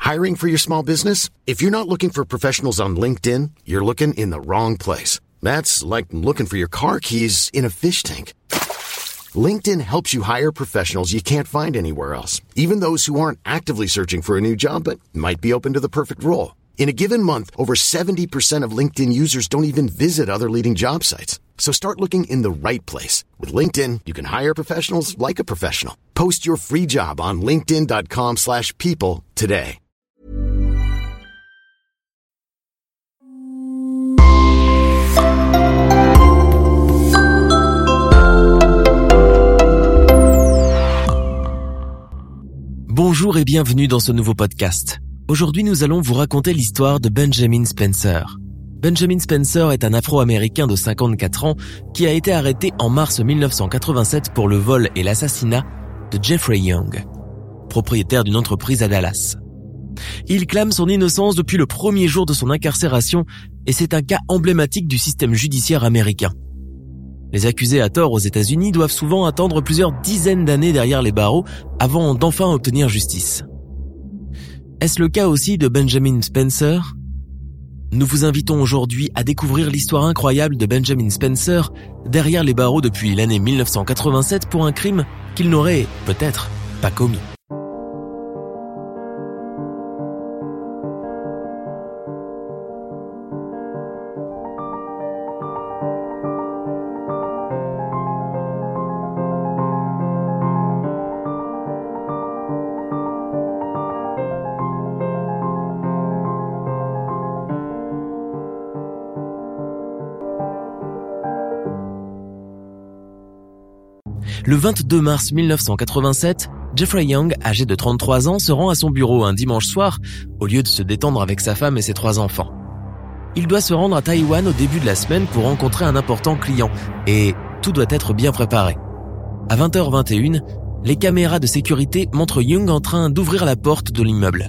Hiring for your small business? If you're not looking for professionals on LinkedIn, you're looking in the wrong place. That's like looking for your car keys in a fish tank. LinkedIn helps you hire professionals you can't find anywhere else, even those who aren't actively searching for a new job but might be open to the perfect role. In a given month, over 70% of LinkedIn users don't even visit other leading job sites. So start looking in the right place. With LinkedIn, you can hire professionals like a professional. Post your free job on linkedin.com/people today. Bonjour et bienvenue dans ce nouveau podcast. Aujourd'hui, nous allons vous raconter l'histoire de Benjamin Spencer. Benjamin Spencer est un Afro-Américain de 54 ans qui a été arrêté en mars 1987 pour le vol et l'assassinat de Jeffrey Young, propriétaire d'une entreprise à Dallas. Il clame son innocence depuis le premier jour de son incarcération et c'est un cas emblématique du système judiciaire américain. Les accusés à tort aux États-Unis doivent souvent attendre plusieurs dizaines d'années derrière les barreaux avant d'enfin obtenir justice. Est-ce le cas aussi de Benjamin Spencer ? Nous vous invitons aujourd'hui à découvrir l'histoire incroyable de Benjamin Spencer derrière les barreaux depuis l'année 1987 pour un crime qu'il n'aurait peut-être pas commis. Le 22 mars 1987, Jeffrey Young, âgé de 33 ans, se rend à son bureau un dimanche soir au lieu de se détendre avec sa femme et ses 3 enfants. Il doit se rendre à Taïwan au début de la semaine pour rencontrer un important client et tout doit être bien préparé. À 20h21, les caméras de sécurité montrent Young en train d'ouvrir la porte de l'immeuble.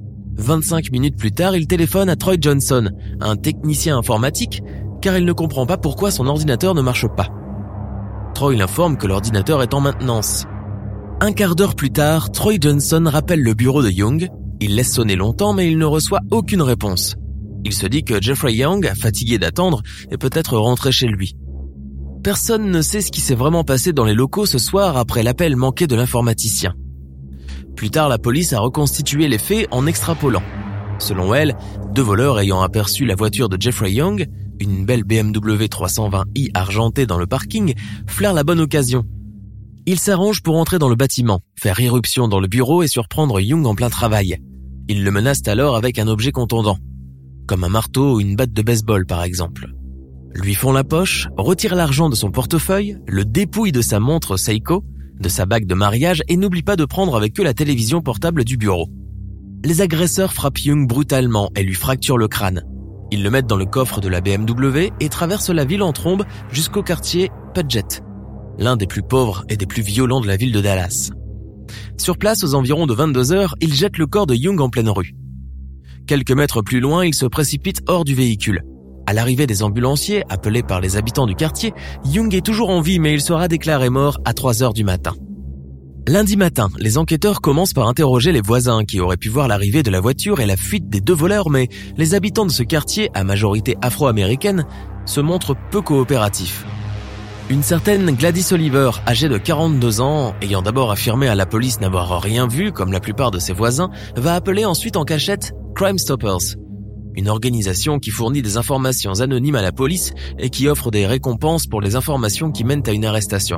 25 minutes plus tard, il téléphone à Troy Johnson, un technicien informatique, car il ne comprend pas pourquoi son ordinateur ne marche pas. Troy l'informe que l'ordinateur est en maintenance. Un quart d'heure plus tard, Troy Johnson rappelle le bureau de Young. Il laisse sonner longtemps mais il ne reçoit aucune réponse. Il se dit que Jeffrey Young, fatigué d'attendre, est peut-être rentré chez lui. Personne ne sait ce qui s'est vraiment passé dans les locaux ce soir après l'appel manqué de l'informaticien. Plus tard, la police a reconstitué les faits en extrapolant. Selon elle, 2 voleurs ayant aperçu la voiture de Jeffrey Young, une belle BMW 320i argentée dans le parking, flairent la bonne occasion. Ils s'arrangent pour entrer dans le bâtiment, faire irruption dans le bureau et surprendre Young en plein travail. Ils le menacent alors avec un objet contondant, comme un marteau ou une batte de baseball par exemple. Lui font la poche, retirent l'argent de son portefeuille, le dépouillent de sa montre Seiko, de sa bague de mariage et n'oublient pas de prendre avec eux la télévision portable du bureau. Les agresseurs frappent Young brutalement et lui fracturent le crâne. Ils le mettent dans le coffre de la BMW et traversent la ville en trombe jusqu'au quartier Puget, l'un des plus pauvres et des plus violents de la ville de Dallas. Sur place, aux environs de 22h, ils jettent le corps de Young en pleine rue. Quelques mètres plus loin, ils se précipitent hors du véhicule. À l'arrivée des ambulanciers, appelés par les habitants du quartier, Young est toujours en vie mais il sera déclaré mort à 3h du matin. Lundi matin, les enquêteurs commencent par interroger les voisins qui auraient pu voir l'arrivée de la voiture et la fuite des 2 voleurs, mais les habitants de ce quartier, à majorité afro-américaine, se montrent peu coopératifs. Une certaine Gladys Oliver, âgée de 42 ans, ayant d'abord affirmé à la police n'avoir rien vu, comme la plupart de ses voisins, va appeler ensuite en cachette Crime Stoppers, une organisation qui fournit des informations anonymes à la police et qui offre des récompenses pour les informations qui mènent à une arrestation.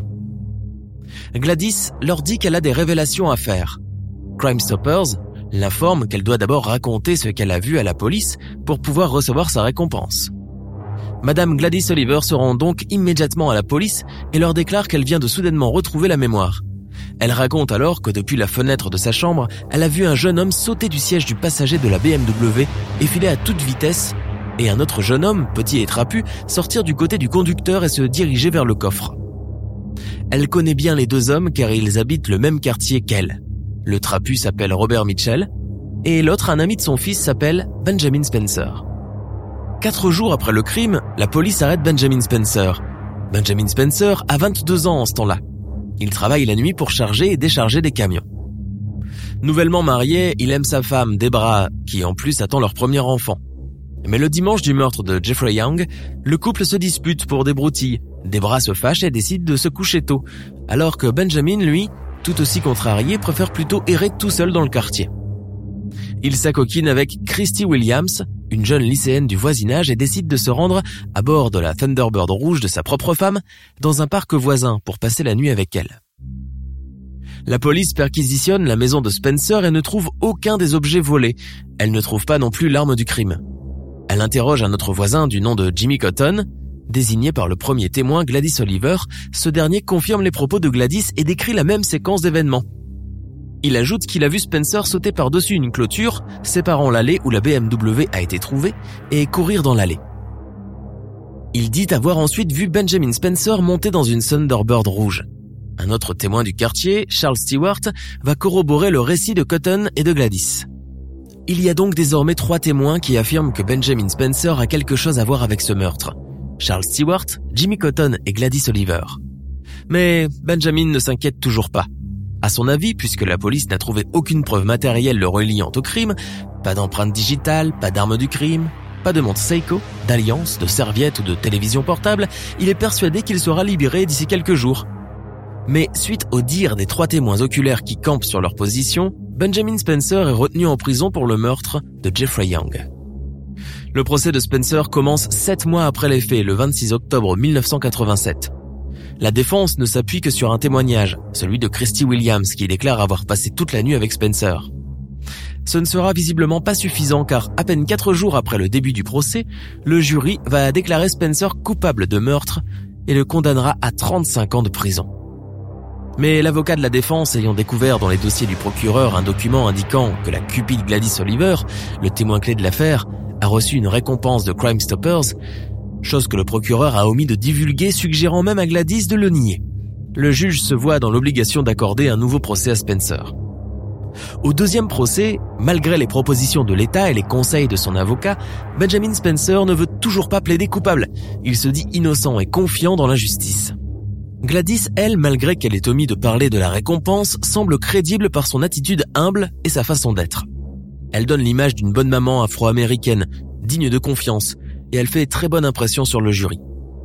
Gladys leur dit qu'elle a des révélations à faire. Crime Stoppers l'informe qu'elle doit d'abord raconter ce qu'elle a vu à la police pour pouvoir recevoir sa récompense. Madame Gladys Oliver se rend donc immédiatement à la police et leur déclare qu'elle vient de soudainement retrouver la mémoire. Elle raconte alors que depuis la fenêtre de sa chambre, elle a vu un jeune homme sauter du siège du passager de la BMW et filer à toute vitesse, et un autre jeune homme, petit et trapu, sortir du côté du conducteur et se diriger vers le coffre. Elle connaît bien les 2 hommes car ils habitent le même quartier qu'elle. Le trapu s'appelle Robert Mitchell et l'autre, un ami de son fils, s'appelle Benjamin Spencer. 4 jours après le crime, la police arrête Benjamin Spencer. Benjamin Spencer a 22 ans en ce temps-là. Il travaille la nuit pour charger et décharger des camions. Nouvellement marié, il aime sa femme, Debra, qui en plus attend leur premier enfant. Mais le dimanche du meurtre de Jeffrey Young, le couple se dispute pour des broutilles. Debra se fâche et décide de se coucher tôt, alors que Benjamin, lui, tout aussi contrarié, préfère plutôt errer tout seul dans le quartier. Il s'acoquine avec Christy Williams, une jeune lycéenne du voisinage, et décide de se rendre à bord de la Thunderbird rouge de sa propre femme dans un parc voisin pour passer la nuit avec elle. La police perquisitionne la maison de Spencer et ne trouve aucun des objets volés. Elle ne trouve pas non plus l'arme du crime. Elle interroge un autre voisin du nom de Jimmy Cotton. Désigné par le premier témoin, Gladys Oliver, ce dernier confirme les propos de Gladys et décrit la même séquence d'événements. Il ajoute qu'il a vu Spencer sauter par-dessus une clôture, séparant l'allée où la BMW a été trouvée, et courir dans l'allée. Il dit avoir ensuite vu Benjamin Spencer monter dans une Thunderbird rouge. Un autre témoin du quartier, Charles Stewart, va corroborer le récit de Cotton et de Gladys. Il y a donc désormais 3 témoins qui affirment que Benjamin Spencer a quelque chose à voir avec ce meurtre. Charles Stewart, Jimmy Cotton et Gladys Oliver. Mais Benjamin ne s'inquiète toujours pas. À son avis, puisque la police n'a trouvé aucune preuve matérielle le reliant au crime, pas d'empreinte digitale, pas d'arme du crime, pas de montre Seiko, d'alliance, de serviette ou de télévision portable, il est persuadé qu'il sera libéré d'ici quelques jours. Mais suite au dire des 3 témoins oculaires qui campent sur leur position, Benjamin Spencer est retenu en prison pour le meurtre de Jeffrey Young. Le procès de Spencer commence 7 mois après les faits, le 26 octobre 1987. La défense ne s'appuie que sur un témoignage, celui de Christy Williams, qui déclare avoir passé toute la nuit avec Spencer. Ce ne sera visiblement pas suffisant car à peine 4 jours après le début du procès, le jury va déclarer Spencer coupable de meurtre et le condamnera à 35 ans de prison. Mais l'avocat de la défense ayant découvert dans les dossiers du procureur un document indiquant que la cupide Gladys Oliver, le témoin clé de l'affaire, a reçu une récompense de Crime Stoppers, chose que le procureur a omis de divulguer, suggérant même à Gladys de le nier. Le juge se voit dans l'obligation d'accorder un nouveau procès à Spencer. Au deuxième procès, malgré les propositions de l'État et les conseils de son avocat, Benjamin Spencer ne veut toujours pas plaider coupable. Il se dit innocent et confiant dans la justice. Gladys, elle, malgré qu'elle ait omis de parler de la récompense, semble crédible par son attitude humble et sa façon d'être. Elle donne l'image d'une bonne maman afro-américaine, digne de confiance, et elle fait très bonne impression sur le jury.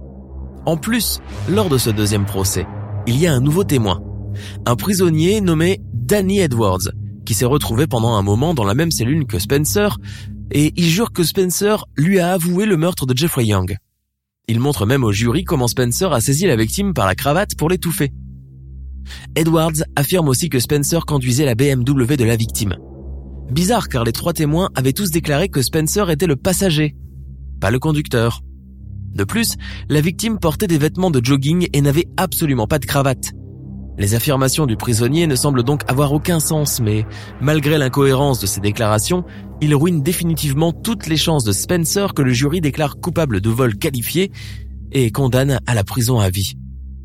En plus, lors de ce deuxième procès, il y a un nouveau témoin, un prisonnier nommé Danny Edwards, qui s'est retrouvé pendant un moment dans la même cellule que Spencer, et il jure que Spencer lui a avoué le meurtre de Jeffrey Young. Il montre même au jury comment Spencer a saisi la victime par la cravate pour l'étouffer. Edwards affirme aussi que Spencer conduisait la BMW de la victime. Bizarre car les 3 témoins avaient tous déclaré que Spencer était le passager, pas le conducteur. De plus, la victime portait des vêtements de jogging et n'avait absolument pas de cravate. Les affirmations du prisonnier ne semblent donc avoir aucun sens, mais malgré l'incohérence de ces déclarations, il ruine définitivement toutes les chances de Spencer que le jury déclare coupable de vol qualifié et condamne à la prison à vie.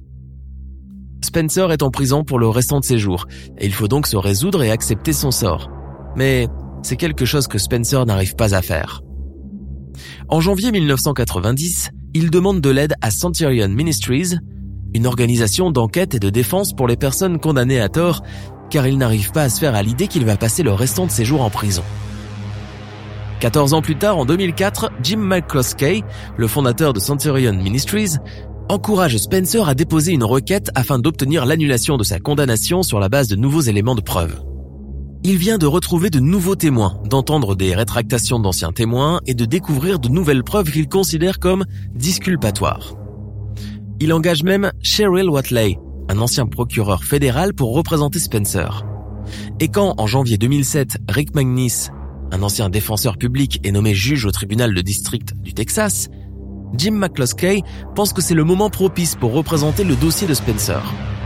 Spencer est en prison pour le restant de ses jours, et il faut donc se résoudre et accepter son sort. Mais c'est quelque chose que Spencer n'arrive pas à faire. En janvier 1990, il demande de l'aide à Centurion Ministries, une organisation d'enquête et de défense pour les personnes condamnées à tort, car il n'arrive pas à se faire à l'idée qu'il va passer le restant de ses jours en prison. 14 ans plus tard, en 2004, Jim McCloskey, le fondateur de Centurion Ministries, encourage Spencer à déposer une requête afin d'obtenir l'annulation de sa condamnation sur la base de nouveaux éléments de preuve. Il vient de retrouver de nouveaux témoins, d'entendre des rétractations d'anciens témoins et de découvrir de nouvelles preuves qu'il considère comme disculpatoires. Il engage même Cheryl Watley, un ancien procureur fédéral, pour représenter Spencer. Et quand, en janvier 2007, Rick McNish, un ancien défenseur public, est nommé juge au tribunal de district du Texas, Jim McCloskey pense que c'est le moment propice pour représenter le dossier de Spencer.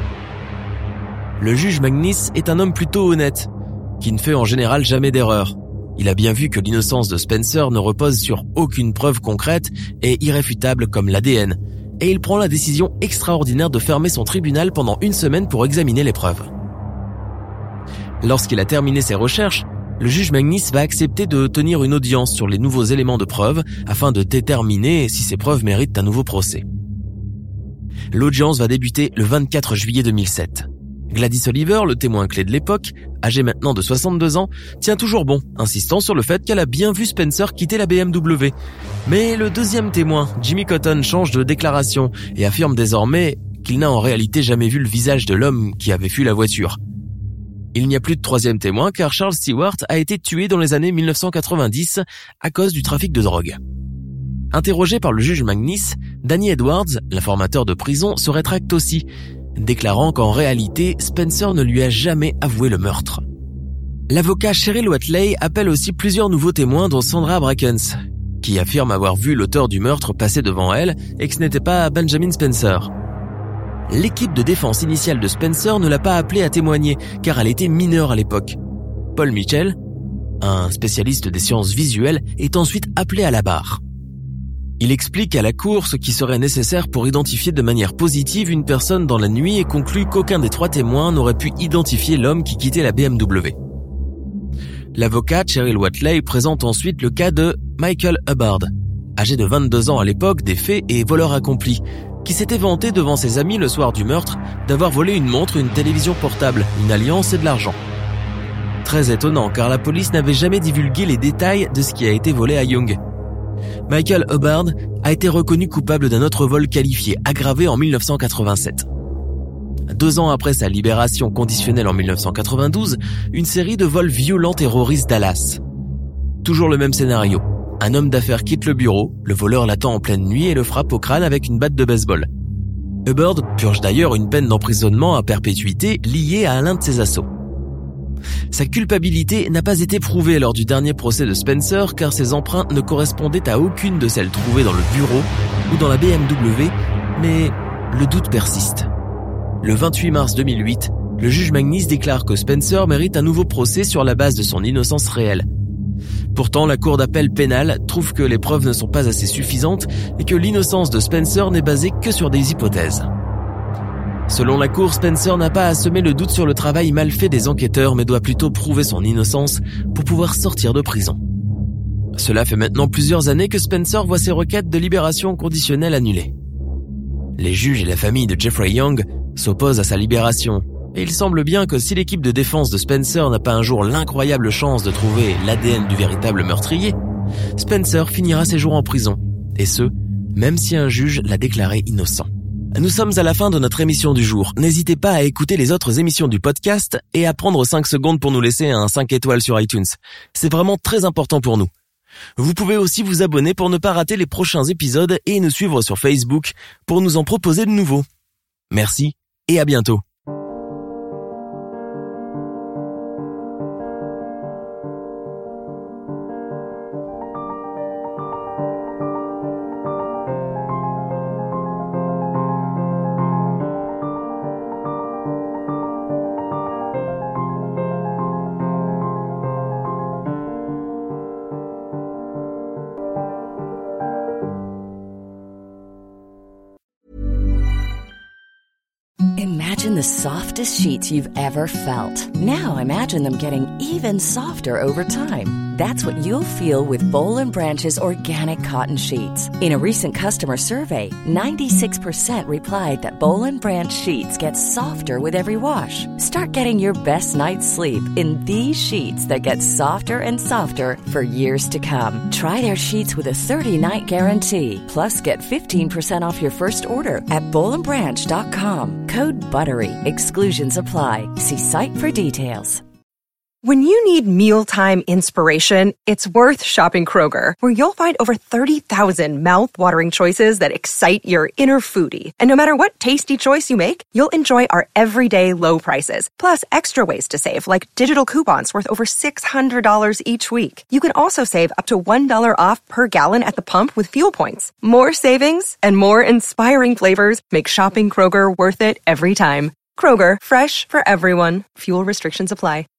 Le juge McNish est un homme plutôt honnête, qui ne fait en général jamais d'erreur. Il a bien vu que l'innocence de Spencer ne repose sur aucune preuve concrète et irréfutable comme l'ADN, et il prend la décision extraordinaire de fermer son tribunal pendant 1 semaine pour examiner les preuves. Lorsqu'il a terminé ses recherches, le juge McNish va accepter de tenir une audience sur les nouveaux éléments de preuve afin de déterminer si ces preuves méritent un nouveau procès. L'audience va débuter le 24 juillet 2007. Gladys Oliver, le témoin clé de l'époque, âgé maintenant de 62 ans, tient toujours bon, insistant sur le fait qu'elle a bien vu Spencer quitter la BMW. Mais le deuxième témoin, Jimmy Cotton, change de déclaration et affirme désormais qu'il n'a en réalité jamais vu le visage de l'homme qui avait fui la voiture. Il n'y a plus de troisième témoin car Charles Stewart a été tué dans les années 1990 à cause du trafic de drogue. Interrogé par le juge Magnis, Danny Edwards, l'informateur de prison, se rétracte aussi, déclarant qu'en réalité, Spencer ne lui a jamais avoué le meurtre. L'avocat Cheryl Whatley appelle aussi plusieurs nouveaux témoins dont Sandra Brackens, qui affirme avoir vu l'auteur du meurtre passer devant elle et que ce n'était pas Benjamin Spencer. L'équipe de défense initiale de Spencer ne l'a pas appelé à témoigner car elle était mineure à l'époque. Paul Mitchell, un spécialiste des sciences visuelles, est ensuite appelé à la barre. Il explique à la cour ce qui serait nécessaire pour identifier de manière positive une personne dans la nuit et conclut qu'aucun des trois témoins n'aurait pu identifier l'homme qui quittait la BMW. L'avocat Cheryl Whatley présente ensuite le cas de Michael Hubbard, âgé de 22 ans à l'époque des faits et voleur accompli, qui s'était vanté devant ses amis le soir du meurtre d'avoir volé une montre, une télévision portable, une alliance et de l'argent. Très étonnant car la police n'avait jamais divulgué les détails de ce qui a été volé à Young. Michael Hubbard a été reconnu coupable d'un autre vol qualifié, aggravé en 1987. 2 ans après sa libération conditionnelle en 1992, une série de vols violents terrorise Dallas. Toujours le même scénario. Un homme d'affaires quitte le bureau, le voleur l'attend en pleine nuit et le frappe au crâne avec une batte de baseball. Hubbard purge d'ailleurs une peine d'emprisonnement à perpétuité liée à l'un de ses assauts. Sa culpabilité n'a pas été prouvée lors du dernier procès de Spencer car ses empreintes ne correspondaient à aucune de celles trouvées dans le bureau ou dans la BMW, mais le doute persiste. Le 28 mars 2008, le juge Magnis déclare que Spencer mérite un nouveau procès sur la base de son innocence réelle. Pourtant, la cour d'appel pénale trouve que les preuves ne sont pas assez suffisantes et que l'innocence de Spencer n'est basée que sur des hypothèses. Selon la cour, Spencer n'a pas à semer le doute sur le travail mal fait des enquêteurs, mais doit plutôt prouver son innocence pour pouvoir sortir de prison. Cela fait maintenant plusieurs années que Spencer voit ses requêtes de libération conditionnelle annulées. Les juges et la famille de Jeffrey Young s'opposent à sa libération, et il semble bien que si l'équipe de défense de Spencer n'a pas un jour l'incroyable chance de trouver l'ADN du véritable meurtrier, Spencer finira ses jours en prison, et ce, même si un juge l'a déclaré innocent. Nous sommes à la fin de notre émission du jour. N'hésitez pas à écouter les autres émissions du podcast et à prendre 5 secondes pour nous laisser un 5 étoiles sur iTunes. C'est vraiment très important pour nous. Vous pouvez aussi vous abonner pour ne pas rater les prochains épisodes et nous suivre sur Facebook pour nous en proposer de nouveaux. Merci et à bientôt. Imagine the softest sheets you've ever felt. Now imagine them getting even softer over time. That's what you'll feel with Boll & Branch's organic cotton sheets. In a recent customer survey, 96% replied that Boll & Branch sheets get softer with every wash. Start getting your best night's sleep in these sheets that get softer and softer for years to come. Try their sheets with a 30-night guarantee. Plus, get 15% off your first order at bollandbranch.com. Code BUTTERY. Exclusions apply. See site for details. When you need mealtime inspiration, it's worth shopping Kroger, where you'll find over 30,000 mouth-watering choices that excite your inner foodie. And no matter what tasty choice you make, you'll enjoy our everyday low prices, plus extra ways to save, like digital coupons worth over $600 each week. You can also save up to $1 off per gallon at the pump with fuel points. More savings and more inspiring flavors make shopping Kroger worth it every time. Kroger, fresh for everyone. Fuel restrictions apply.